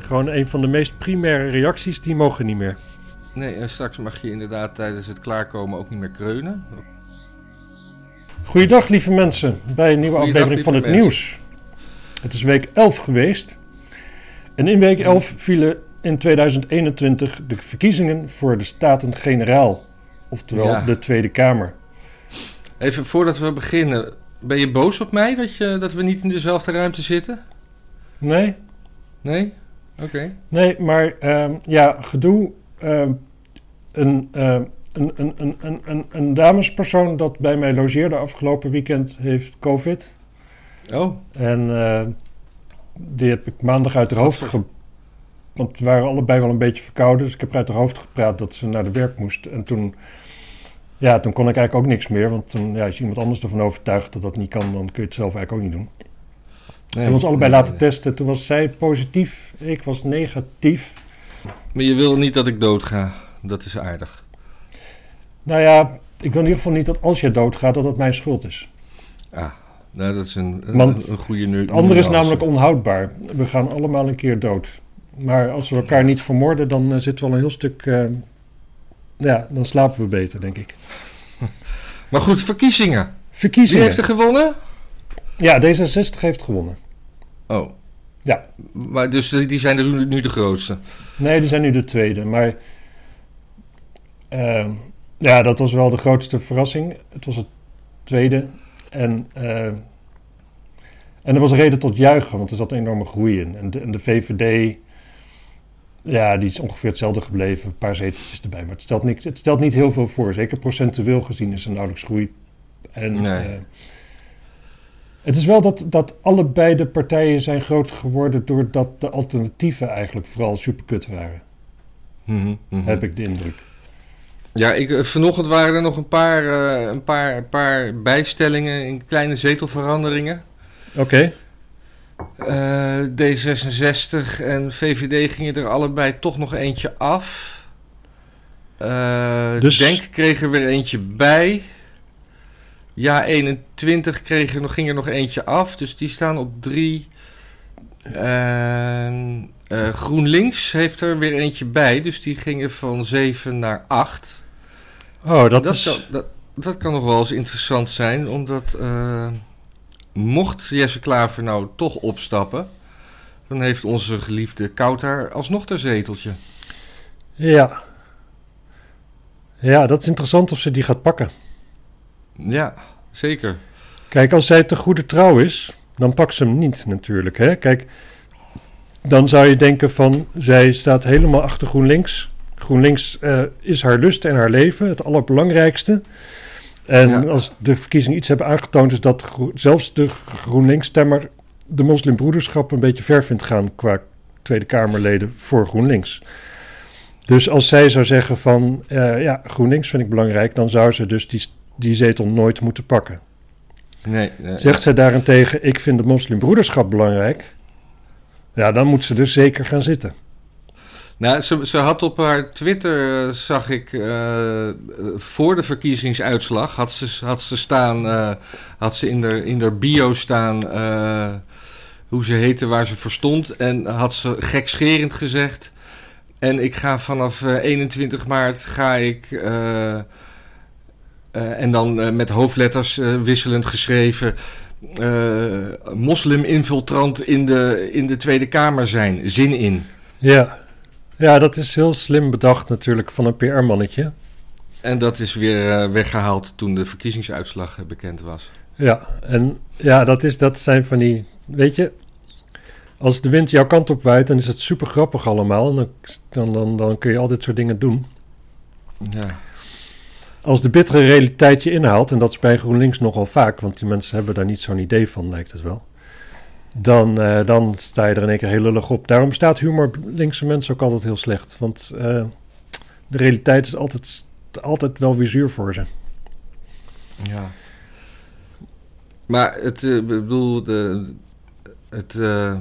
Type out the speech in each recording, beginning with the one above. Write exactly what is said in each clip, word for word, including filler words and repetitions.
Gewoon een van de meest primaire reacties, die mogen niet meer. Nee, en straks mag je inderdaad tijdens het klaarkomen ook niet meer kreunen. Goeiedag lieve mensen, bij een nieuwe Goeiedag, aflevering van het mensen. nieuws. Het is week elf geweest. En in week elf vielen in tweeduizend eenentwintig de verkiezingen voor de Staten-Generaal. Oftewel Ja. de Tweede Kamer. Even voordat we beginnen, ben je boos op mij dat, je, dat we niet in dezelfde ruimte zitten? Nee? Nee? Oké. Okay. Nee, maar uh, ja, gedoe. Uh, een, uh, een, een, een, een, een, een damespersoon dat bij mij logeerde afgelopen weekend heeft COVID. Oh. En uh, die heb ik maandag uit haar hoofd ge... Want we waren allebei wel een beetje verkouden. Dus ik heb uit haar hoofd gepraat dat ze naar de werk moest. En toen, ja, toen kon ik eigenlijk ook niks meer. Want toen, ja, als je iemand anders ervan overtuigt dat dat niet kan, dan kun je het zelf eigenlijk ook niet doen. We Nee, hebben ons allebei nee, laten nee. testen. Toen was zij positief, ik was negatief. Maar je wil niet dat ik doodga. Dat is aardig. Nou ja, ik wil in ieder geval niet dat als je doodgaat, dat dat mijn schuld is. Ah, nou, dat is een, een, Want een goede nu. Het andere is namelijk onhoudbaar. We gaan allemaal een keer dood. Maar als we elkaar niet vermoorden, dan uh, zitten we al een heel stuk... Uh, ja, dan slapen we beter, denk ik. Maar goed, verkiezingen. Verkiezingen. Wie heeft er gewonnen? Ja, D zesenzestig heeft gewonnen. Oh. Ja. Maar dus die zijn er nu, nu de grootste? Nee, die zijn nu de tweede. Maar uh, ja, dat was wel de grootste verrassing. Het was het tweede. En, uh, en er was reden tot juichen, want er zat een enorme groei in. En de, en de V V D, ja, die is ongeveer hetzelfde gebleven. Een paar zeteltjes erbij. Maar het stelt, niks, het stelt niet heel veel voor. Zeker procentueel gezien is er nauwelijks groei. En nee. uh, het is wel dat, dat allebei de partijen zijn groot geworden doordat de alternatieven eigenlijk vooral superkut waren. Mm-hmm, mm-hmm. Heb ik de indruk. Ja, ik, vanochtend waren er nog een paar, uh, een paar, een paar bijstellingen in kleine zetelveranderingen. Oké. Okay. Uh, D zesenzestig en V V D gingen er allebei toch nog eentje af. Uh, dus... Denk kreeg er weer eentje bij. Ja, eenentwintig kreeg er nog, ging er nog eentje af, dus die staan op drie. Uh, uh, GroenLinks heeft er weer eentje bij, dus die gingen van zeven naar acht. Oh, dat, dat is... Kan, dat, dat kan nog wel eens interessant zijn, omdat uh, mocht Jesse Klaver nou toch opstappen, dan heeft onze geliefde Kouter alsnog ter zeteltje. Ja. Ja, dat is interessant of ze die gaat pakken. Ja, zeker. Kijk, als zij te goede trouw is, dan pakt ze hem niet natuurlijk. Hè? Kijk, dan zou je denken van, zij staat helemaal achter GroenLinks. GroenLinks uh, is haar lust en haar leven, het allerbelangrijkste. En ja. Als de verkiezingen iets hebben aangetoond, is dat gro- zelfs de GroenLinks-stemmer de moslimbroederschap een beetje ver vindt gaan qua Tweede Kamerleden voor GroenLinks. Dus als zij zou zeggen van, uh, ja, GroenLinks vind ik belangrijk, dan zou ze dus die, die zetel nooit moeten pakken. Nee, nee, Zegt nee. zij daarentegen, ik vind de moslimbroederschap belangrijk, ja, dan moet ze dus zeker gaan zitten. Nou, ze, ze had op haar Twitter, uh, zag ik, uh, voor de verkiezingsuitslag, had ze, had ze staan, uh, had ze in de, in de bio staan, uh, hoe ze heette, waar ze voor stond. En had ze gekscherend gezegd, en ik ga vanaf uh, eenentwintig maart ga ik, uh, uh, en dan uh, met hoofdletters uh, wisselend geschreven, uh, moslim-infiltrant in de, in de Tweede Kamer zijn. Zin in. Ja. Ja, dat is heel slim bedacht natuurlijk van een P R-mannetje. En dat is weer uh, weggehaald toen de verkiezingsuitslag uh, bekend was. Ja, en ja, dat, is, dat zijn van die, weet je, als de wind jouw kant op waait, dan is het super grappig allemaal. En dan, dan, dan, dan kun je al dit soort dingen doen. Ja. Als de bittere realiteit je inhaalt, en dat is bij GroenLinks nogal vaak, want die mensen hebben daar niet zo'n idee van, lijkt het wel. Dan, uh, dan sta je er in één keer heel lullig op. Daarom staat humor linkse mensen ook altijd heel slecht. Want uh, de realiteit is altijd, altijd wel weer zuur voor ze. Ja. Maar het, uh, bedoel, de, het, uh,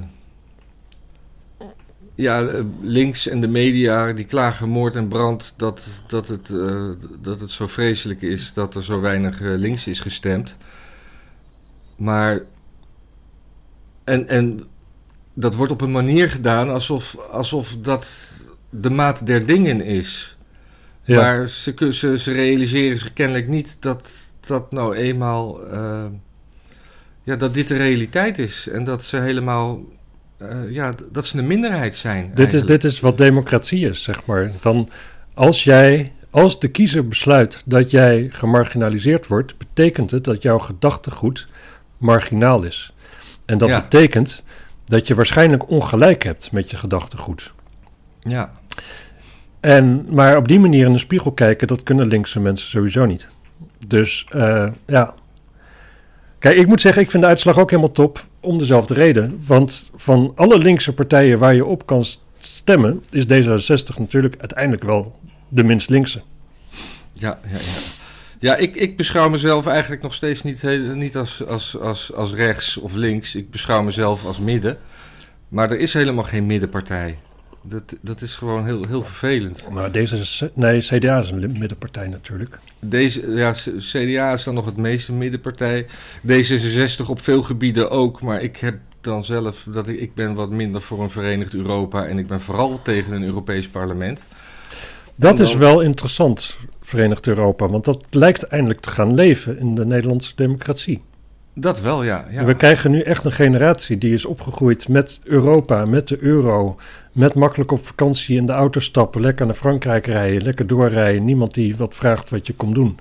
ja, links en de media die klagen moord en brand dat, dat, het, uh, dat het zo vreselijk is dat er zo weinig uh, links is gestemd. Maar... En, en dat wordt op een manier gedaan alsof, alsof dat de maat der dingen is. Ja. Maar ze, ze, ze realiseren zich kennelijk niet dat dat nou eenmaal... Uh, ja, dat dit de realiteit is. En dat ze helemaal... Uh, ja, dat ze een minderheid zijn. Dit is, dit is wat democratie is, zeg maar. Dan als jij... Als de kiezer besluit dat jij gemarginaliseerd wordt, betekent het dat jouw gedachtegoed marginaal is. En dat ja. betekent dat je waarschijnlijk ongelijk hebt met je gedachtegoed. Ja. En, maar op die manier in de spiegel kijken, dat kunnen linkse mensen sowieso niet. Dus uh, ja. Kijk, ik moet zeggen, ik vind de uitslag ook helemaal top om dezelfde reden. Want van alle linkse partijen waar je op kan stemmen, is D zesenzestig natuurlijk uiteindelijk wel de minst linkse. Ja, ja, ja. Ja, ik, ik beschouw mezelf eigenlijk nog steeds niet, niet als, als, als, als rechts of links. Ik beschouw mezelf als midden. Maar er is helemaal geen middenpartij. Dat, dat is gewoon heel, heel vervelend. Maar deze, nee, C D A is een middenpartij natuurlijk. Deze, ja, C D A is dan nog het meeste middenpartij. D zesenzestig op veel gebieden ook, maar ik heb dan zelf dat ik, ik ben wat minder voor een verenigd Europa en ik ben vooral tegen een Europees parlement. Dat dan, is wel interessant, Verenigd Europa, want dat lijkt eindelijk te gaan leven in de Nederlandse democratie. Dat wel, ja. ja. We krijgen nu echt een generatie die is opgegroeid met Europa, met de euro, met makkelijk op vakantie in de auto stappen, lekker naar Frankrijk rijden, lekker doorrijden, niemand die wat vraagt wat je komt doen.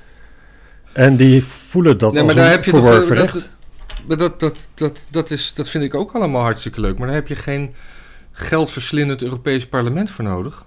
En die voelen dat nee, als maar een verworven recht. Dat, dat, dat, dat, dat, is, dat vind ik ook allemaal hartstikke leuk, maar daar heb je geen geldverslindend Europees parlement voor nodig.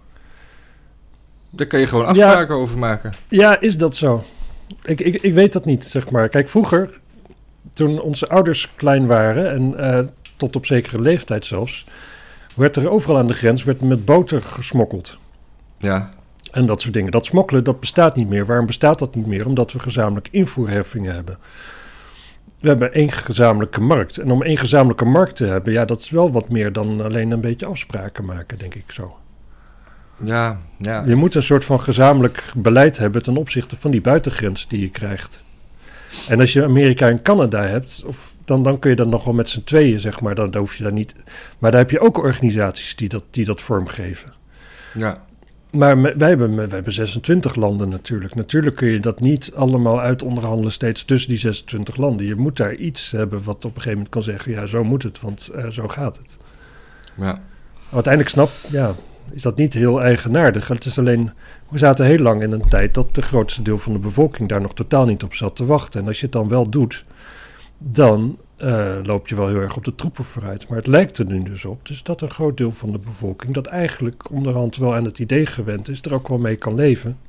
Daar kan je gewoon afspraken ja, over maken. Ja, is dat zo? Ik, ik, ik weet dat niet, zeg maar. Kijk, vroeger, toen onze ouders klein waren, en uh, tot op zekere leeftijd zelfs, werd er overal aan de grens werd met boter gesmokkeld. Ja. En dat soort dingen. Dat smokkelen, dat bestaat niet meer. Waarom bestaat dat niet meer? Omdat we gezamenlijk invoerheffingen hebben. We hebben één gezamenlijke markt. En om één gezamenlijke markt te hebben, ja, dat is wel wat meer dan alleen een beetje afspraken maken, denk ik zo. Ja, ja. Je moet een soort van gezamenlijk beleid hebben ten opzichte van die buitengrens die je krijgt. En als je Amerika en Canada hebt, of dan, dan kun je dat nog wel met z'n tweeën, zeg maar. Dan, dan hoef je daar niet. Maar daar heb je ook organisaties die dat, die dat vormgeven. Ja. Maar me, wij, hebben, wij hebben zesentwintig landen natuurlijk. Natuurlijk kun je dat niet allemaal uitonderhandelen steeds tussen die zesentwintig landen. Je moet daar iets hebben wat op een gegeven moment kan zeggen, ja, zo moet het, want uh, zo gaat het. Ja. Maar uiteindelijk snap, ja, is dat niet heel eigenaardig. Het is alleen, we zaten heel lang in een tijd dat de grootste deel van de bevolking daar nog totaal niet op zat te wachten. En als je het dan wel doet, dan uh, loop je wel heel erg op de troepen vooruit. Maar het lijkt er nu dus op, dus dat een groot deel van de bevolking, dat eigenlijk onderhand wel aan het idee gewend is, er ook wel mee kan leven.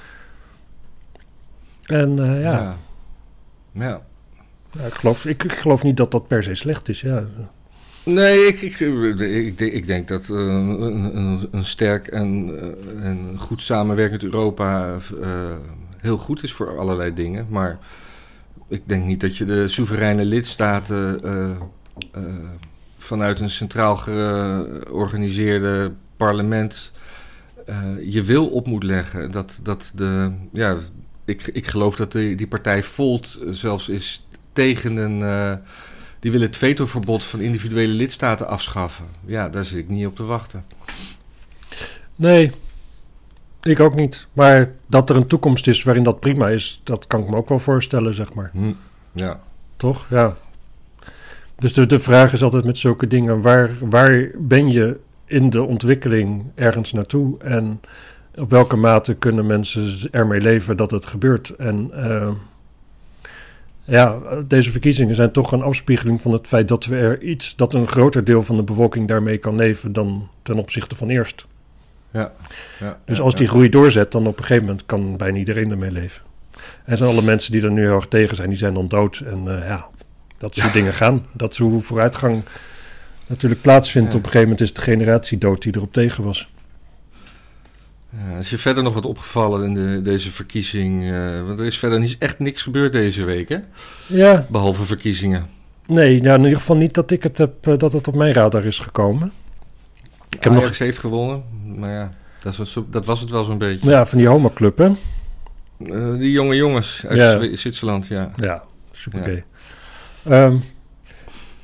En uh, ja. Ja. ja. ja ik, geloof, ik, ik geloof niet dat dat per se slecht is, ja. Nee, ik, ik, ik, ik denk dat uh, een, een, een sterk en, uh, en goed samenwerkend Europa uh, heel goed is voor allerlei dingen. Maar ik denk niet dat je de soevereine lidstaten uh, uh, vanuit een centraal georganiseerde parlement uh, je wil op moet leggen. Dat, dat de, ja, ik, ik geloof dat de, die partij Volt zelfs is tegen een... Uh, Die willen het vetoverbod van individuele lidstaten afschaffen. Ja, daar zit ik niet op te wachten. Nee, ik ook niet. Maar dat er een toekomst is waarin dat prima is, dat kan ik me ook wel voorstellen, zeg maar. Hm, ja. Toch? Ja. Dus de, de vraag is altijd met zulke dingen, waar, waar ben je in de ontwikkeling ergens naartoe? En op welke mate kunnen mensen ermee leven dat het gebeurt? En... Uh, Ja, deze verkiezingen zijn toch een afspiegeling van het feit dat we er iets, dat een groter deel van de bevolking daarmee kan leven dan ten opzichte van eerst. Ja. ja dus ja, als die ja. groei doorzet, dan op een gegeven moment kan bijna iedereen ermee leven. En zijn alle mensen die er nu heel erg tegen zijn, die zijn dan dood. En uh, ja, dat soort ja. dingen gaan. Dat is hoe vooruitgang natuurlijk plaatsvindt. Ja. Op een gegeven moment is de generatie dood die erop tegen was. Ja, is je verder nog wat opgevallen in de, deze verkiezing? Uh, want er is verder niet, echt niks gebeurd deze week, hè? Ja. Behalve verkiezingen. Nee, nou in ieder geval niet dat ik het heb, uh, dat het op mijn radar is gekomen. Ik heb Ajax nog... heeft gewonnen, maar ja, dat was, dat was het wel zo'n beetje. Ja, van die homoclub, hè? Uh, die jonge jongens uit ja. Zwitserland, ja. Ja, super gay. Ja. Um,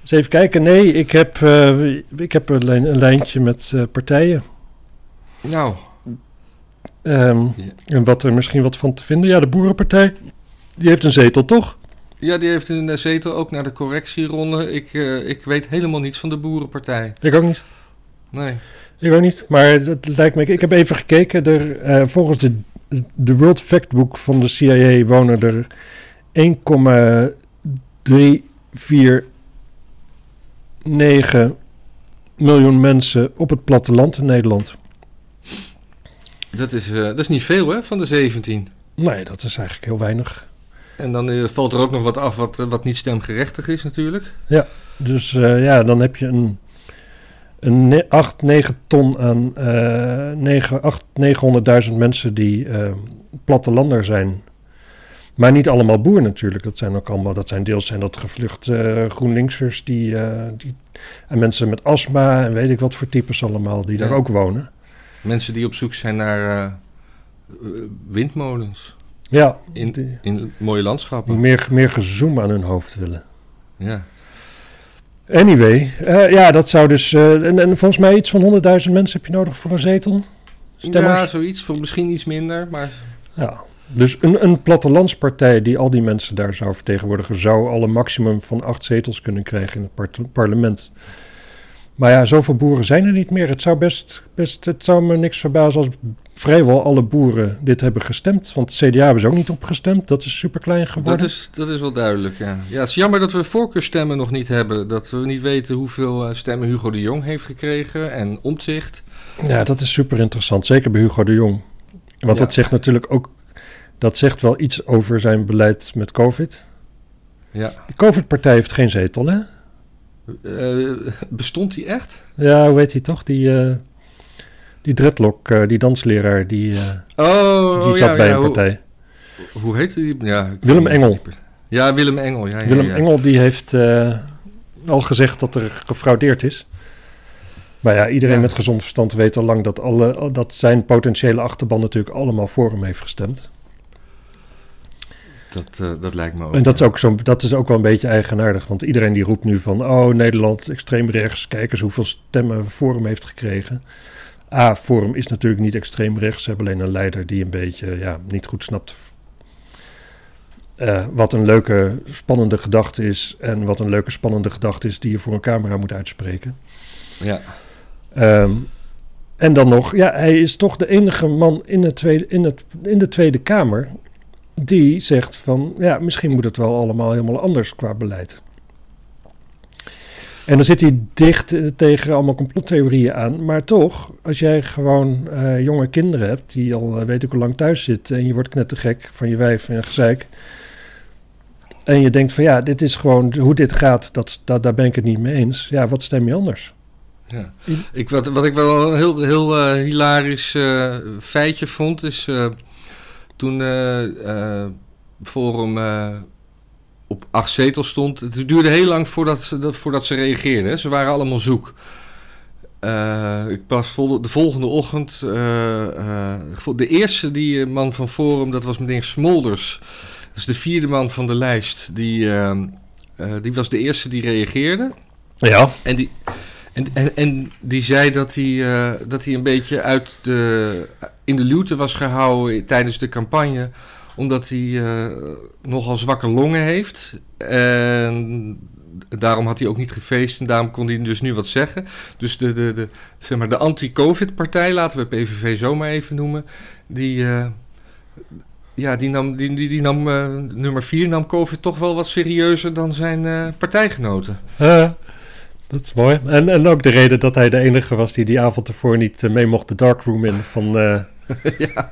eens even kijken. Nee, ik heb, uh, ik heb een, lijn, een lijntje met uh, partijen. Nou. Um, ja. En wat er misschien wat van te vinden. Ja, de Boerenpartij, die heeft een zetel, toch? Ja, die heeft een zetel ook naar de correctieronde. Ik, uh, ik weet helemaal niets van de Boerenpartij. Ik ook niet. Nee. Ik ook niet, maar het lijkt me... Ik heb even gekeken. Er, uh, volgens de, de World Factbook van de C I A wonen er één komma drie vier negen miljoen mensen op het platteland in Nederland. Dat is, uh, dat is niet veel, hè, van de zeventien. Nee, dat is eigenlijk heel weinig. En dan uh, valt er ook nog wat af wat, wat niet stemgerechtig is natuurlijk. Ja, dus uh, ja, dan heb je een, een ne- acht, negen ton aan uh, negen, acht, negenhonderdduizend mensen die uh, plattelander zijn. Maar niet allemaal boer natuurlijk. Dat zijn ook allemaal, dat zijn deels zijn dat gevluchte uh, GroenLinksers die, uh, die en mensen met astma en weet ik wat voor types allemaal die ja. daar ook wonen. Mensen die op zoek zijn naar uh, windmolens. Ja. In, die, in mooie landschappen. Die meer, meer gezoom aan hun hoofd willen. Ja. Anyway, uh, ja, dat zou dus... Uh, en, en volgens mij iets van honderdduizend mensen heb je nodig voor een zetel. Stemmers. Ja, zoiets. Voor misschien iets minder, maar... Ja, dus een, een plattelandspartij die al die mensen daar zou vertegenwoordigen... zou al een maximum van acht zetels kunnen krijgen in het par- parlement. Maar ja, zoveel boeren zijn er niet meer. Het zou best, best, het zou me niks verbazen als vrijwel alle boeren dit hebben gestemd. Want de C D A hebben ze ook niet opgestemd. Dat is super klein geworden. Dat is, dat is wel duidelijk, ja. Ja, het is jammer dat we voorkeurstemmen nog niet hebben. Dat we niet weten hoeveel stemmen Hugo de Jong heeft gekregen en Omtzigt. Ja, dat is super interessant. Zeker bij Hugo de Jong. Want ja. dat zegt natuurlijk ook... Dat zegt wel iets over zijn beleid met COVID. Ja. De COVID-partij heeft geen zetel, hè? Uh, bestond die echt? Ja, hoe heet hij toch? Die, uh, die dreadlock, uh, die dansleraar, die, uh, oh, die oh, zat ja, bij ja, een partij. Hoe, hoe heet die? Ja, Willem Engel. Ja, Willem Engel. Ja, ja, Willem ja. Engel die heeft uh, al gezegd dat er gefraudeerd is. Maar ja, iedereen ja. met gezond verstand weet al lang dat, alle, dat zijn potentiële achterban natuurlijk allemaal voor hem heeft gestemd. Dat, uh, dat lijkt me ook. En dat is ook, zo, dat is ook wel een beetje eigenaardig. Want iedereen die roept nu van... oh, Nederland, extreem rechts. Kijk eens hoeveel stemmen Forum heeft gekregen. A, Forum is natuurlijk niet extreem rechts. Ze hebben alleen een leider die een beetje ja, niet goed snapt... Uh, wat een leuke, spannende gedachte is... en wat een leuke, spannende gedachte is... die je voor een camera moet uitspreken. Ja. Um, en dan nog... ja, hij is toch de enige man in, het tweede, in, het, in de Tweede Kamer... die zegt van, ja, misschien moet het wel allemaal helemaal anders qua beleid. En dan zit hij dicht uh, tegen allemaal complottheorieën aan. Maar toch, als jij gewoon uh, jonge kinderen hebt... die al uh, weet ik hoe lang thuis zitten... en je wordt knettergek van je wijf en gezeik... en je denkt van, ja, dit is gewoon hoe dit gaat... Dat, dat, daar ben ik het niet mee eens. Ja, wat stem je anders? Ja. Ik, wat, wat ik wel een heel, heel uh, hilarisch uh, feitje vond... is... Uh, Toen uh, uh, Forum uh, op acht zetels stond... Het duurde heel lang voordat ze, dat, voordat ze reageerden. Hè. Ze waren allemaal zoek. Uh, ik pas vol, de volgende ochtend... Uh, uh, de eerste die uh, man van Forum, dat was meneer Smolders. Dat is de vierde man van de lijst. Die, uh, uh, die was de eerste die reageerde. Ja. En die... En, en, en die zei dat hij, uh, dat hij een beetje uit de, in de luwte was gehouden tijdens de campagne. Omdat hij uh, nogal zwakke longen heeft. En daarom had hij ook niet gefeest en daarom kon hij dus nu wat zeggen. Dus de, de, de, zeg maar de anti-COVID-partij, laten we P V V zo maar even noemen. Die, uh, ja, die nam, die, die, die nam uh, nummer vier nam COVID toch wel wat serieuzer dan zijn uh, partijgenoten. Uh. Dat is mooi. En, en ook de reden dat hij de enige was die die avond ervoor niet uh, mee mocht de darkroom in van, uh, ja.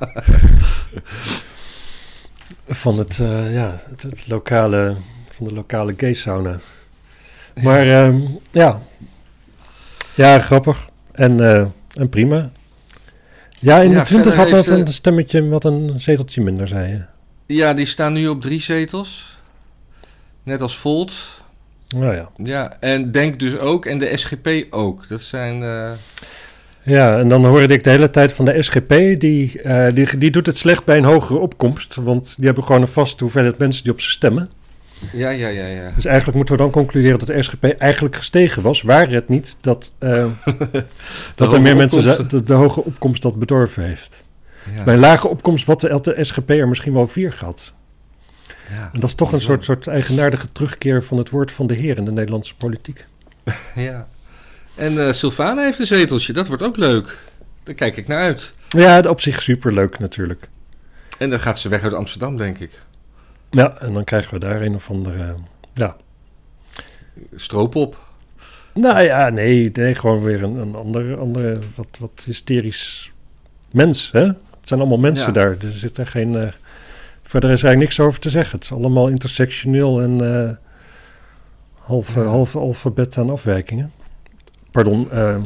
van het, uh, ja, het, het lokale, van de lokale gay sauna. Maar ja, uh, ja. ja, grappig en, uh, en prima. Ja, in ja, de twintig had dat een stemmetje wat een zeteltje minder, zei je. Ja, die staan nu op drie zetels. Net als Volt. Oh ja. Ja, en Denk dus ook en de S G P ook. Dat zijn... Uh... Ja, en dan hoorde ik de hele tijd van de S G P... Die, uh, die, die doet het slecht bij een hogere opkomst... want die hebben gewoon een vaste hoeveelheid mensen die op ze stemmen. Ja, ja, ja, ja. Dus eigenlijk moeten we dan concluderen dat de S G P eigenlijk gestegen was, waar het niet dat, uh, dat er meer mensen zijn, de, de hoge opkomst dat bedorven heeft. Ja. Bij een lage opkomst wat de, de S G P er misschien wel vier gehad. Ja, en dat is toch een soort, soort eigenaardige terugkeer van het woord van de heer in de Nederlandse politiek. Ja. En uh, Silvana heeft een zeteltje, dat wordt ook leuk. Daar kijk ik naar uit. Ja, op zich superleuk natuurlijk. En dan gaat ze weg uit Amsterdam, denk ik. Ja, en dan krijgen we daar een of andere, uh, ja... Stroopop. Nou ja, nee, nee gewoon weer een, een andere, andere wat, wat hysterisch mens, hè? Het zijn allemaal mensen ja. daar, dus er zit er geen... Uh, verder is er eigenlijk niks over te zeggen. Het is allemaal intersectioneel en uh, half, ja. uh, half alfabet aan afwijkingen. Pardon, uh,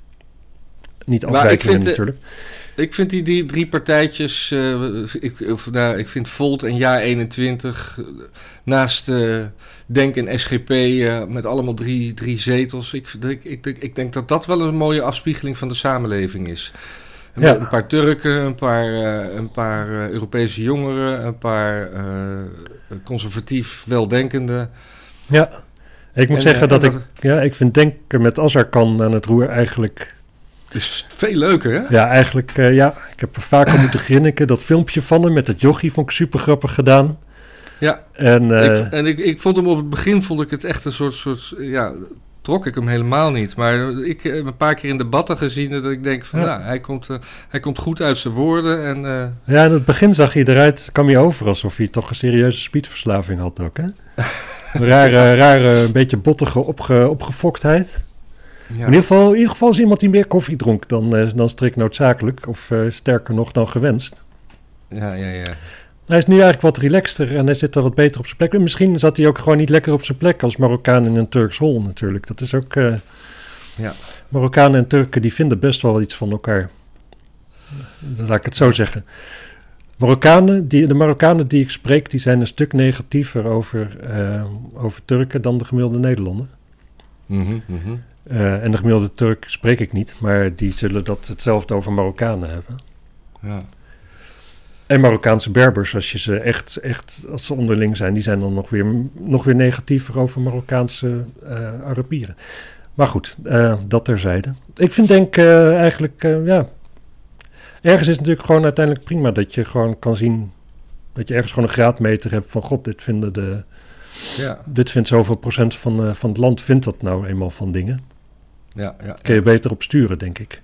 niet afwijkingen natuurlijk. De, ik vind die, die drie partijtjes, uh, ik, of, nou, ik vind Volt en Ja eenentwintig, uh, naast uh, Denk en S G P uh, met allemaal drie, drie zetels. Ik, ik, ik, ik denk dat dat wel een mooie afspiegeling van de samenleving is. Een, ja. een paar Turken, een paar, uh, een paar uh, Europese jongeren, een paar uh, conservatief weldenkenden. Ja, ik moet en, zeggen uh, dat, dat ik, ja, ik vind Denken met Azarkan aan het roer eigenlijk... is veel leuker, hè? Ja, eigenlijk, uh, ja. Ik heb er vaker moeten grinniken. Dat filmpje van hem met het jochie vond ik super grappig gedaan. Ja, en, uh, ik, en ik, ik vond hem op het begin, vond ik het echt een soort, soort ja... trok ik hem helemaal niet. Maar ik heb een paar keer in debatten gezien dat ik denk van, ja. nou, hij komt, uh, hij komt goed uit zijn woorden. En, uh... ja, in het begin zag hij eruit, kwam hij over alsof hij toch een serieuze speedverslaving had ook, hè? Een rare, rare, een beetje bottige opge, opgefoktheid. Ja. In, ieder geval, in ieder geval is iemand die meer koffie dronk dan, uh, dan strikt noodzakelijk. Of uh, sterker nog dan gewenst. Ja, ja, ja. Hij is nu eigenlijk wat relaxter en hij zit er wat beter op zijn plek. En misschien zat hij ook gewoon niet lekker op zijn plek als Marokkaan in een Turks hol natuurlijk. Dat is ook... Uh, ja. Marokkanen en Turken die vinden best wel iets van elkaar. Dan laat ik het zo zeggen. Marokkanen, die, de Marokkanen die ik spreek, die zijn een stuk negatiever over, uh, over Turken dan de gemiddelde Nederlander. Mm-hmm, mm-hmm. Uh, en de gemiddelde Turk spreek ik niet, maar die zullen dat hetzelfde over Marokkanen hebben. Ja. En Marokkaanse Berbers, als je ze echt, echt, als ze onderling zijn, die zijn dan nog weer, nog weer negatiever over Marokkaanse uh, Arabieren. Maar goed, uh, dat terzijde. Ik vind denk uh, eigenlijk, uh, ja, ergens is het natuurlijk gewoon uiteindelijk prima dat je gewoon kan zien, dat je ergens gewoon een graadmeter hebt van, god, dit vinden de, ja. dit vindt zoveel procent van, uh, van het land, vindt dat nou eenmaal van dingen. Ja, ja, kun je ja. beter op sturen, denk ik.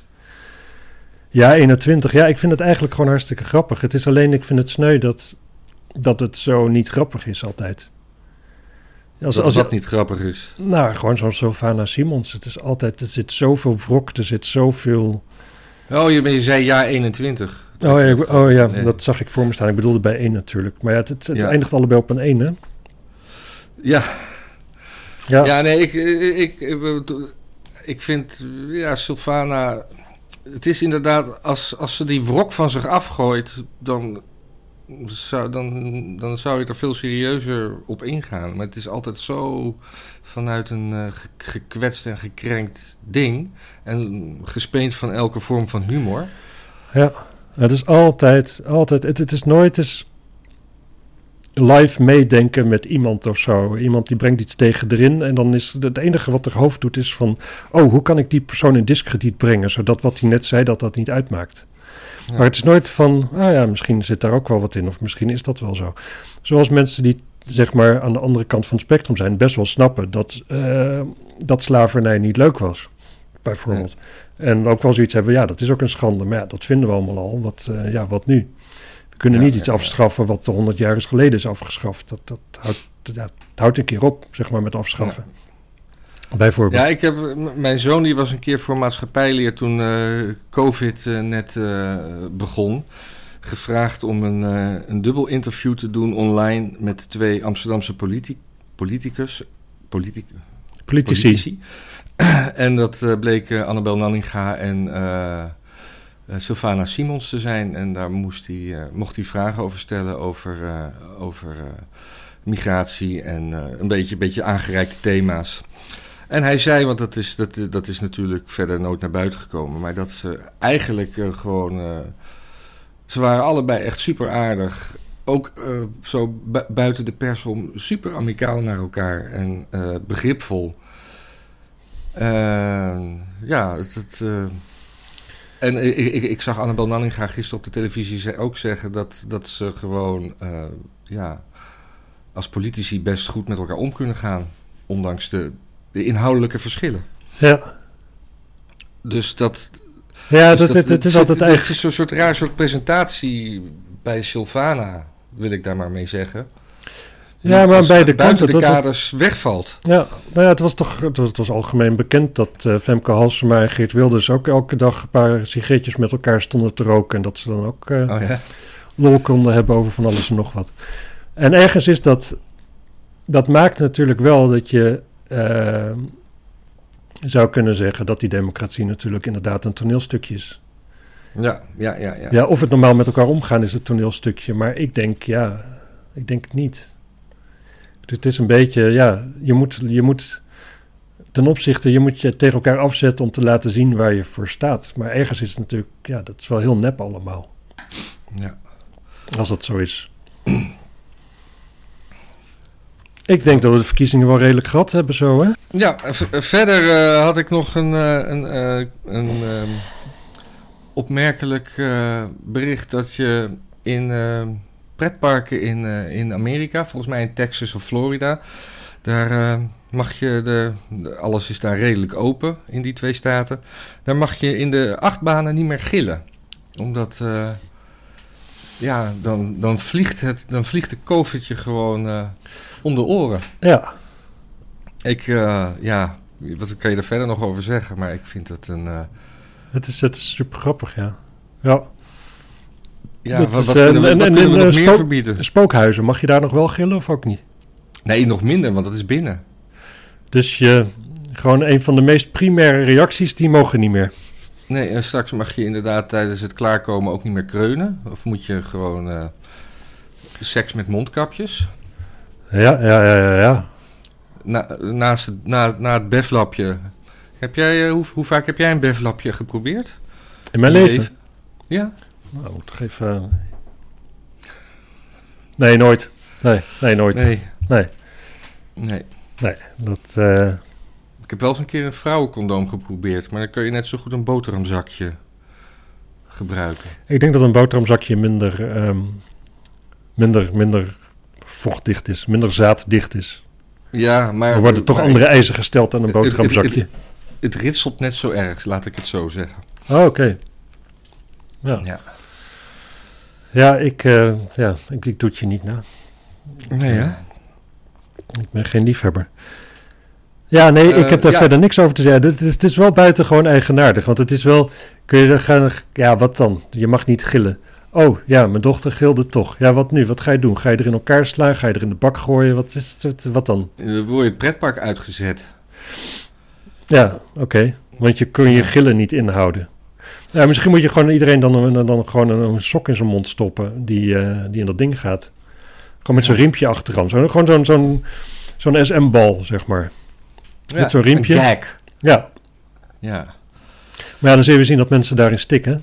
Ja, eenentwintig. Ja, ik vind het eigenlijk gewoon hartstikke grappig. Het is alleen, ik vind het sneu dat, dat het zo niet grappig is altijd. Als, dat als dat niet grappig is? Nou, gewoon zoals Silvana Simons. Het is altijd, er zit zoveel wrok, er zit zoveel... Oh, je, je zei ja eenentwintig. Oh ja, ik, oh, ja nee. Dat zag ik voor me staan. Ik bedoelde bij één natuurlijk. Maar ja, het, het, het ja. eindigt allebei op een één, hè? Ja. Ja, ja nee, ik, ik, ik, ik vind, ja, Silvana... Het is inderdaad, als, als ze die wrok van zich afgooit, dan zou, dan, dan zou je er veel serieuzer op ingaan. Maar het is altijd zo vanuit een uh, gekwetst en gekrenkt ding. En gespeend van elke vorm van humor. Ja, het is altijd, altijd, het, het is nooit eens live meedenken met iemand of zo. Iemand die brengt iets tegen erin en dan is het enige wat er hoofd doet is van, oh, hoe kan ik die persoon in diskrediet brengen, zodat wat hij net zei, dat dat niet uitmaakt. Ja. Maar het is nooit van, ah ja, misschien zit daar ook wel wat in of misschien is dat wel zo. Zoals mensen die, zeg maar, aan de andere kant van het spectrum zijn, best wel snappen dat, uh, dat slavernij niet leuk was, bijvoorbeeld. Ja. En ook wel zoiets hebben, ja, dat is ook een schande, maar ja, dat vinden we allemaal al, wat, uh, ja, wat nu? We kunnen ja, niet iets ja, afschaffen wat honderd jaar geleden is afgeschaft. Dat, dat, houdt, dat, dat houdt een keer op, zeg maar, met afschaffen. Ja. Bijvoorbeeld. Ja, ik heb, m- mijn zoon die was een keer voor maatschappijleer toen uh, COVID uh, net uh, begon. Gevraagd om een, uh, een dubbel interview te doen online met twee Amsterdamse politi- politicus. Politic- Politici. Politici. En dat uh, bleek uh, Annabel Nanninga en... Uh, Uh, Silvana Simons te zijn en daar moest hij, uh, mocht hij vragen over stellen over, uh, over uh, migratie en uh, een beetje, beetje aangereikte thema's. En hij zei, want dat is, dat, dat is natuurlijk verder nooit naar buiten gekomen, maar dat ze eigenlijk uh, gewoon, uh, ze waren allebei echt super aardig ook uh, zo bu- buiten de pers om super amicaal naar elkaar en uh, begripvol. Uh, ja, het... het uh, en ik, ik, ik zag Annabel Nanninga gisteren op de televisie ook zeggen dat, dat ze gewoon uh, ja, als politici best goed met elkaar om kunnen gaan, ondanks de, de inhoudelijke verschillen. Ja. Dus dat... Ja, dus dat, dat, het is altijd Het echt... is zo'n soort raar soort presentatie bij Silvana, wil ik daar maar mee zeggen. Ja, maar bij de buiten kanten, de dat, kaders wegvalt. Ja, nou ja, het was toch het was, het was algemeen bekend dat uh, Femke Halsema en Geert Wilders ook elke dag een paar sigaretjes met elkaar stonden te roken. En dat ze dan ook uh, oh, ja? lol konden hebben over van alles en nog wat. En ergens is dat... Dat maakt natuurlijk wel dat je uh, zou kunnen zeggen dat die democratie natuurlijk inderdaad een toneelstukje is. Ja, ja, ja, ja. Ja, of het normaal met elkaar omgaan is het toneelstukje. Maar ik denk, ja, ik denk het niet. Het is een beetje, ja, je moet, je moet ten opzichte, je moet je tegen elkaar afzetten om te laten zien waar je voor staat. Maar ergens is het natuurlijk, ja, dat is wel heel nep allemaal. Ja. Als dat zo is. Ik denk dat we de verkiezingen wel redelijk gehad hebben zo, hè? Ja, v- verder uh, had ik nog een, uh, een, uh, een uh, opmerkelijk uh, bericht dat je in... Uh, pretparken in, uh, in Amerika, volgens mij in Texas of Florida. Daar uh, mag je, de, de, alles is daar redelijk open in die twee staten. Daar mag je in de achtbanen niet meer gillen. Omdat, uh, ja, dan, dan, vliegt het, dan vliegt de COVID je gewoon uh, om de oren. Ja. Ik, uh, ja, wat kan je er verder nog over zeggen? Maar ik vind het een... Uh... Het is, het is super grappig, ja. Ja. Ja, wat, wat, is, kunnen we, en, wat en, kunnen we en, nog spook, meer verbieden? Spookhuizen, mag je daar nog wel gillen of ook niet? Nee, nog minder, want dat is binnen. Dus je, gewoon een van de meest primaire reacties, die mogen niet meer. Nee, en straks mag je inderdaad tijdens het klaarkomen ook niet meer kreunen. Of moet je gewoon uh, seks met mondkapjes? Ja, ja, ja, ja. ja. Na, naast, na, na het beflapje. Heb jij, uh, hoe, hoe vaak heb jij een beflapje geprobeerd? In mijn In leven? leven? Ja. Nou, moet toch even... Nee, nooit. Nee, nee, nooit. Nee. Nee. Nee. Nee, dat... Uh... Ik heb wel eens een keer een vrouwencondoom geprobeerd, maar dan kun je net zo goed een boterhamzakje gebruiken. Ik denk dat een boterhamzakje minder, um, minder, minder vochtdicht is, minder zaaddicht is. Ja, maar... Er worden toch maar, andere eisen gesteld aan een boterhamzakje. Het, het, het, het ritselt net zo erg, laat ik het zo zeggen. Oh, oké. Okay. Ja. Ja. Ja, ik, uh, ja ik, ik doe het je niet na. Nee, hè? Ik ben geen liefhebber. Ja, nee, uh, ik heb daar ja. verder niks over te zeggen. Het is, het is wel buitengewoon eigenaardig. Want het is wel... Kun je er gaan... Ja, wat dan? Je mag niet gillen. Oh, ja, mijn dochter gilde toch. Ja, wat nu? Wat ga je doen? Ga je er in elkaar slaan? Ga je er in de bak gooien? Wat is het? Wat dan? Dan word je het pretpark uitgezet. Ja, oké. Okay. Want je kun je gillen niet inhouden. Ja, misschien moet je gewoon iedereen dan, dan, dan gewoon een, een sok in zijn mond stoppen die, uh, die in dat ding gaat. Gewoon met ja. zo'n riempje achteraan. Zo, gewoon zo'n, zo'n, zo'n S M-bal, zeg maar. Ja, met zo'n riempje. Een gag. Ja. Ja. Maar ja, dan zul je zien dat mensen daarin stikken.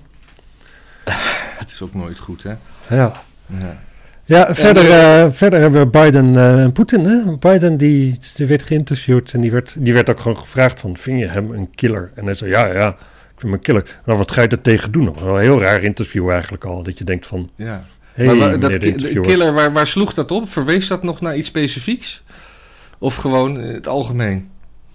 Het is ook nooit goed, hè? Ja. Ja, ja verder, uh, uh, verder hebben we Biden uh, en Poetin. Hè? Biden die, die werd geïnterviewd en die werd, die werd ook gewoon gevraagd van, vind je hem een killer? En hij zei, ja, ja. Ik vind me een killer. Nou, wat ga je er tegen doen? Wel een heel raar interview eigenlijk al. Dat je denkt van... Ja. Hey, maar waar, dat ki- killer, waar, waar sloeg dat op? Verwees dat nog naar iets specifieks? Of gewoon in het algemeen?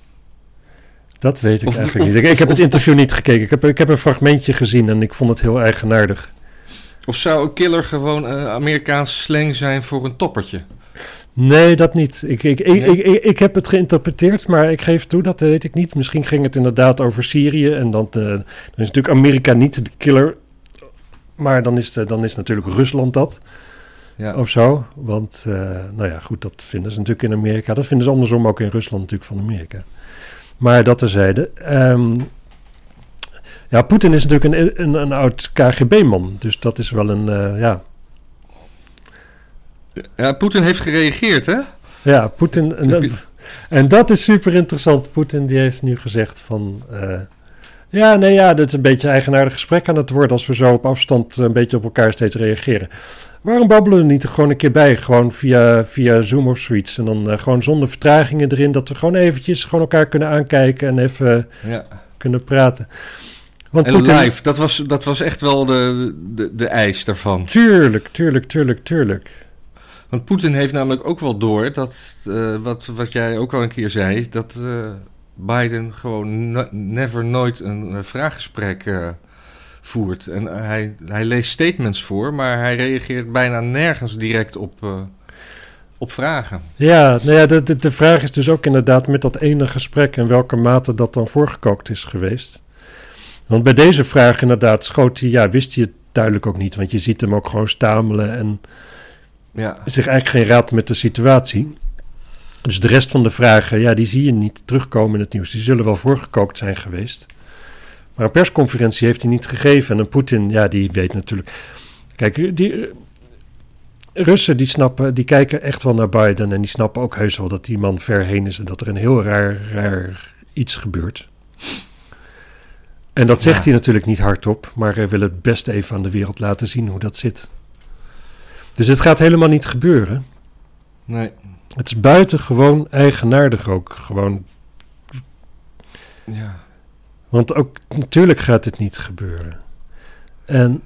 Dat weet ik of, eigenlijk of, niet. Ik, of, ik heb of, het interview of, niet gekeken. Ik heb, ik heb een fragmentje gezien en ik vond het heel eigenaardig. Of zou een killer gewoon een Amerikaanse slang zijn voor een toppertje? Nee, dat niet. Ik, ik, nee? ik, ik, ik heb het geïnterpreteerd, maar ik geef toe, dat weet ik niet. Misschien ging het inderdaad over Syrië en dan, uh, dan is natuurlijk Amerika niet de killer, maar dan is, de, dan is natuurlijk Rusland dat. Ja. Of zo, want uh, nou ja, goed, dat vinden ze natuurlijk in Amerika. Dat vinden ze andersom ook in Rusland natuurlijk van Amerika. Maar dat terzijde. Um, ja, Poetin is natuurlijk een, een, een oud K G B-man, dus dat is wel een, uh, ja... Ja, Poetin heeft gereageerd, hè? Ja, Poetin... En, en dat is super interessant. Poetin die heeft nu gezegd van... Uh, Ja, nee, ja, dat is een beetje een eigenaardig gesprek aan het worden als we zo op afstand een beetje op elkaar steeds reageren. Waarom babbelen we niet er gewoon een keer bij? Gewoon via, via Zoom of zoiets. En dan uh, gewoon zonder vertragingen erin, dat we gewoon eventjes gewoon elkaar kunnen aankijken en even ja. kunnen praten. Want en Putin... live, dat was, dat was echt wel de, de, de eis daarvan. Tuurlijk, tuurlijk, tuurlijk, tuurlijk. Want Poetin heeft namelijk ook wel door dat, uh, wat, wat jij ook al een keer zei, dat uh, Biden gewoon no- never nooit een uh, vraaggesprek uh, voert. En uh, hij, hij leest statements voor, maar hij reageert bijna nergens direct op, uh, op vragen. Ja, nou ja, de, de, de vraag is dus ook inderdaad met dat ene gesprek in welke mate dat dan voorgekookt is geweest. Want bij deze vraag inderdaad schoot hij, ja, wist hij het duidelijk ook niet. Want je ziet hem ook gewoon stamelen en ja. zich eigenlijk geen raad met de situatie. Dus de rest van de vragen, ja, die zie je niet terugkomen in het nieuws. Die zullen wel voorgekookt zijn geweest. Maar een persconferentie heeft hij niet gegeven. En een Poetin, ja, die weet natuurlijk... Kijk, die uh, Russen die snappen, die kijken echt wel naar Biden. En die snappen ook heus wel dat die man ver heen is. En dat er een heel raar, raar iets gebeurt. En dat zegt ja. hij natuurlijk niet hardop, maar hij wil het best even aan de wereld laten zien hoe dat zit. Dus het gaat helemaal niet gebeuren. Nee. Het is buitengewoon eigenaardig ook, gewoon. Ja. Want ook natuurlijk gaat het niet gebeuren. En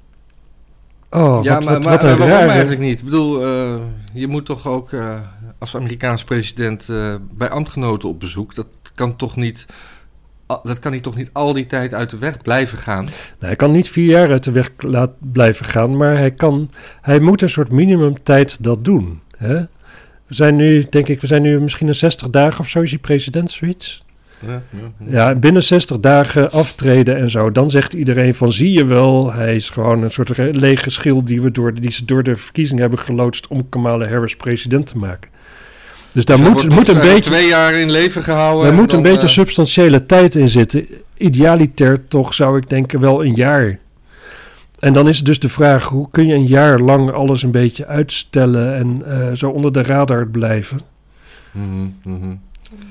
oh, ja, wat, maar, wat, maar, wat een maar waarom rare... eigenlijk niet? Ik bedoel, uh, je moet toch ook uh, als Amerikaans president uh, bij ambtgenoten op bezoek. Dat kan toch niet... Dat kan hij toch niet al die tijd uit de weg blijven gaan? Nou, hij kan niet vier jaar uit de weg laat blijven gaan, maar hij kan, hij moet een soort minimumtijd dat doen. Hè? We zijn nu, denk ik, we zijn nu misschien een zestig dagen of zo, is hij president, zoiets? Ja, ja, ja. ja, binnen zestig dagen aftreden en zo. Dan zegt iedereen van, zie je wel, hij is gewoon een soort lege schil die, we door, die ze door de verkiezingen hebben geloodst om Kamala Harris president te maken. Dus daar dus moet, moet een beetje... twee jaar in leven gehouden. Daar moet dan, een beetje uh... substantiële tijd in zitten. Idealiter toch zou ik denken wel een jaar. En dan is dus de vraag, hoe kun je een jaar lang alles een beetje uitstellen en uh, zo onder de radar blijven? Mm-hmm, mm-hmm.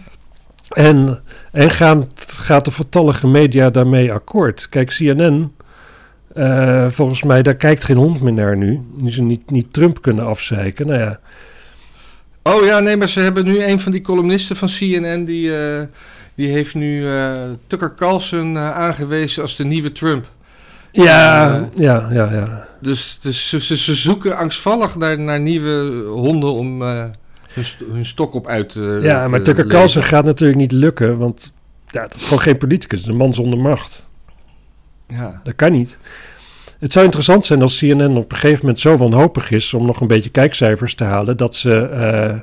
En, en gaan, gaat de vertallige media daarmee akkoord? Kijk, C N N, uh, volgens mij, daar kijkt geen hond meer naar nu. Nu ze niet, niet Trump kunnen afzeiken. Nou ja... Oh ja, nee, maar ze hebben nu een van die columnisten van C N N... die, uh, die heeft nu uh, Tucker Carlson uh, aangewezen als de nieuwe Trump. Ja, uh, ja, ja, ja. Dus, dus ze, ze zoeken angstvallig naar, naar nieuwe honden om uh, hun, st- hun stok op uit te uh, Ja, maar Tucker Carlson gaat natuurlijk niet lukken... want ja, dat is gewoon geen politicus, een man zonder macht. Ja. Dat kan niet. Het zou interessant zijn als C N N op een gegeven moment zo wanhopig is... om nog een beetje kijkcijfers te halen... dat ze, uh,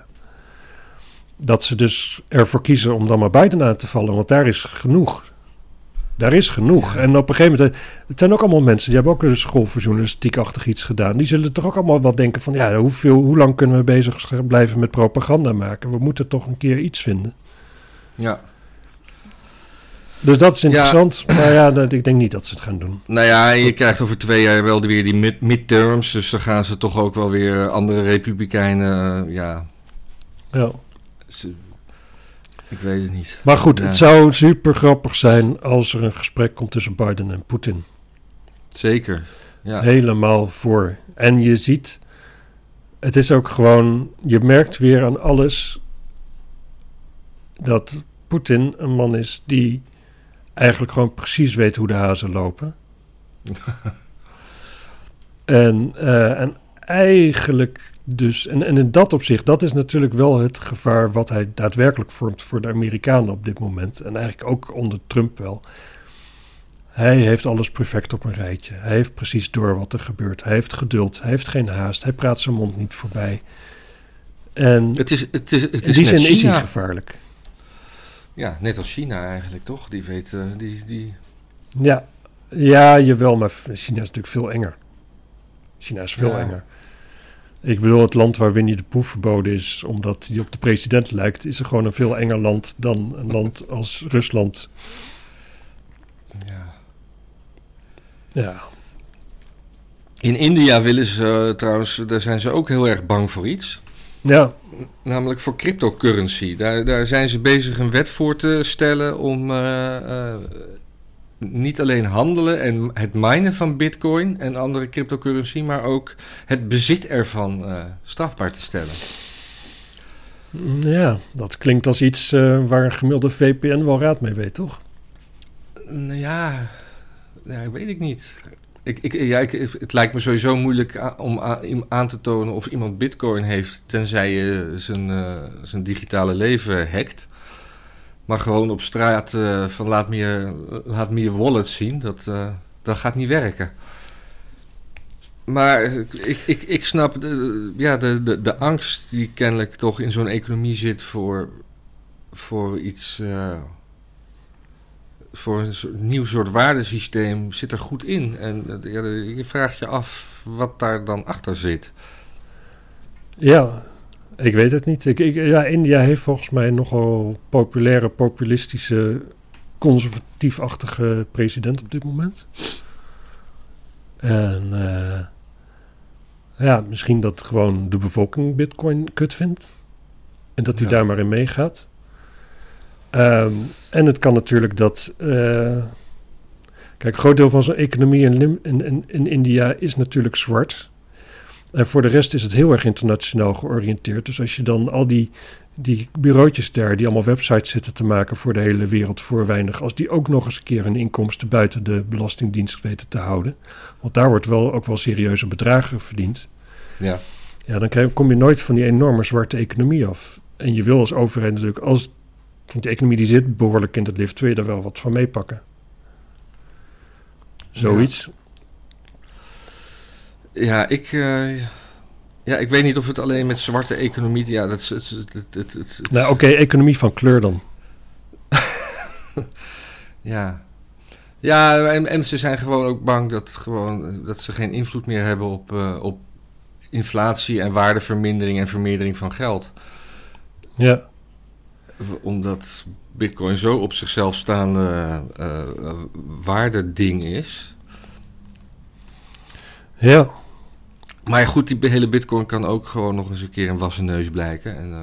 dat ze dus ervoor kiezen om dan maar Biden aan te vallen. Want daar is genoeg. Daar is genoeg. Ja. En op een gegeven moment... Het zijn ook allemaal mensen... die hebben ook een school voor journalistiek-achtig iets gedaan. Die zullen toch ook allemaal wat denken van... ja, hoeveel, hoe lang kunnen we bezig blijven met propaganda maken? We moeten toch een keer iets vinden. Ja. Dus dat is interessant. Ja. Maar ja, ik denk niet dat ze het gaan doen. Nou ja, je krijgt over twee jaar wel weer die mid- midterms. Dus dan gaan ze toch ook wel weer andere republikeinen... Uh, ja. Ja. Ze, ik weet het niet. Maar goed, ja. Het zou super grappig zijn... als er een gesprek komt tussen Biden en Poetin. Zeker, ja. Helemaal voor. En je ziet... Het is ook gewoon... Je merkt weer aan alles... dat Poetin een man is die... eigenlijk gewoon precies weet hoe de hazen lopen. en, uh, en eigenlijk dus... En, en in dat opzicht, dat is natuurlijk wel het gevaar... wat hij daadwerkelijk vormt voor de Amerikanen op dit moment. En eigenlijk ook onder Trump wel. Hij heeft alles perfect op een rijtje. Hij heeft precies door wat er gebeurt. Hij heeft geduld. Hij heeft geen haast. Hij praat zijn mond niet voorbij. En het is, het is, het is in die zin China. is hij gevaarlijk. Ja, net als China eigenlijk, toch? Die weet... Uh, die, die... Ja, ja, jawel, maar China is natuurlijk veel enger. China is veel ja. enger. Ik bedoel, het land waar Winnie de Pooh verboden is... omdat hij op de president lijkt... is er gewoon een veel enger land dan een land als Rusland. Ja. Ja. In India willen ze uh, trouwens... daar zijn ze ook heel erg bang voor iets... Ja. Namelijk voor cryptocurrency. Daar, daar zijn ze bezig een wet voor te stellen om uh, uh, niet alleen handelen en het minen van bitcoin en andere cryptocurrency, maar ook het bezit ervan uh, strafbaar te stellen. Ja, dat klinkt als iets uh, waar een gemiddelde V P N wel raad mee weet, toch? Nou ja, ja weet ik niet. Ik, ik, ja, ik, het lijkt me sowieso moeilijk a, om a, aan te tonen of iemand bitcoin heeft, tenzij je zijn, uh, zijn digitale leven hackt. Maar gewoon op straat uh, van laat me, je, laat me je wallet zien, dat, uh, dat gaat niet werken. Maar uh, ik, ik, ik snap de, ja, de, de, de angst die kennelijk toch in zo'n economie zit voor, voor iets... Uh, voor een soort, nieuw soort waardesysteem zit er goed in. En ja, je vraagt je af wat daar dan achter zit. Ja, ik weet het niet. Ik, ik, ja, India heeft volgens mij nogal populaire, populistische, conservatief-achtige president op dit moment. En uh, ja, misschien dat gewoon de bevolking bitcoin kut vindt. En dat hij ja. daar maar in meegaat. Um, en het kan natuurlijk dat... Uh, kijk, een groot deel van zijn economie in, Lim- in, in, in India is natuurlijk zwart. En voor de rest is het heel erg internationaal georiënteerd. Dus als je dan al die, die bureautjes daar... die allemaal websites zitten te maken voor de hele wereld voor weinig... als die ook nog eens een keer hun inkomsten buiten de belastingdienst weten te houden... want daar wordt wel ook wel serieuze bedragen verdiend... Ja, ja dan krijg, kom je nooit van die enorme zwarte economie af. En je wil als overheid natuurlijk... als Want de economie die zit behoorlijk in het lift, wil je daar wel wat van meepakken. Zoiets. Ja, ja ik, uh, ja, ik weet niet of het alleen met zwarte economie... Ja, dat is... Het, het, het, het, het, nou, oké, okay, economie van kleur dan. ja. Ja, en, en ze zijn gewoon ook bang dat, gewoon, dat ze geen invloed meer hebben op, uh, op inflatie en waardevermindering en vermeerdering van geld. Ja. Omdat bitcoin zo op zichzelf staande uh, waardeding is. Ja. Maar ja, goed, die hele bitcoin kan ook gewoon nog eens een keer een wassen neus blijken. En, uh...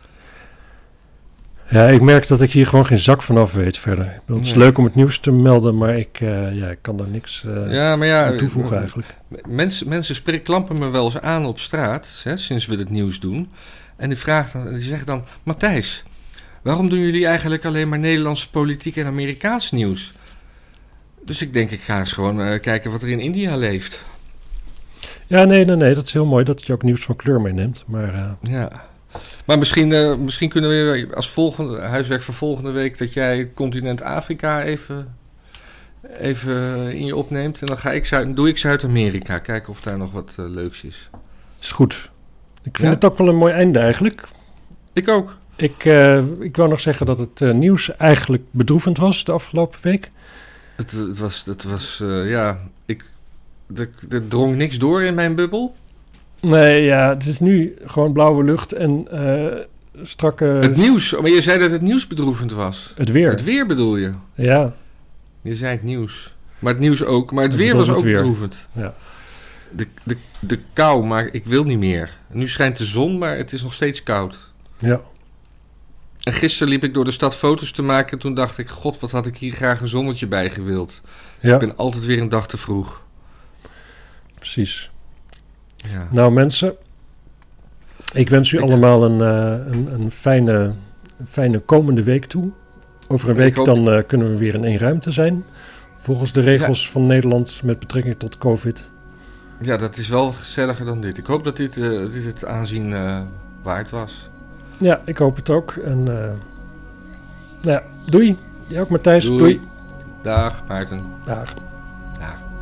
ja, ik merk dat ik hier gewoon geen zak vanaf weet verder. Ik bedoel, het is nee. leuk om het nieuws te melden, maar ik, uh, ja, ik kan daar niks uh, ja, maar ja, aan toevoegen eigenlijk. Mensen, mensen spreken, klampen me wel eens aan op straat, hè, sinds we het nieuws doen. En die, vraagt dan, die zeggen dan, Matthijs... waarom doen jullie eigenlijk alleen maar Nederlandse politiek en Amerikaans nieuws? Dus ik denk, ik ga eens gewoon uh, kijken wat er in India leeft. Ja, nee, nee, nee, dat is heel mooi dat je ook nieuws van kleur meeneemt. Maar, uh... ja. maar misschien, uh, misschien kunnen we als volgende huiswerk voor volgende week... dat jij continent Afrika even, even in je opneemt. En dan ga ik Zuid, doe ik Zuid-Amerika. Kijken of daar nog wat uh, leuks is. Is goed. Ik vind ja? het ook wel een mooi einde eigenlijk. Ik ook. Ik, uh, ik wou nog zeggen dat het uh, nieuws eigenlijk bedroevend was de afgelopen week. Het, het was, het was uh, ja, ik, er, er drong niks door in mijn bubbel. Nee, ja, het is nu gewoon blauwe lucht en uh, strakke... Het nieuws, maar je zei dat het nieuws bedroevend was. Het weer. Het weer bedoel je? Ja. Je zei het nieuws. Maar het nieuws ook, maar het, het weer was ook weer. bedroevend. Ja. De, de, de kou, maar ik wil niet meer. Nu schijnt de zon, maar het is nog steeds koud. Ja. En gisteren liep ik door de stad foto's te maken... en toen dacht ik, god, wat had ik hier graag een zonnetje bij gewild. Dus ja. Ik ben altijd weer een dag te vroeg. Precies. Ja. Nou mensen, ik wens u ik, allemaal een, uh, een, een, fijne, een fijne komende week toe. Over een week dan uh, kunnen we weer in één ruimte zijn. Volgens de regels ja. van Nederland met betrekking tot COVID. Ja, dat is wel wat gezelliger dan dit. Ik hoop dat dit, uh, dit het aanzien uh, waard was. Ja, ik hoop het ook. En uh, nou ja, doei. Jij ook, Matthijs. Doei. doei. Dag, Maarten. Dag. Dag.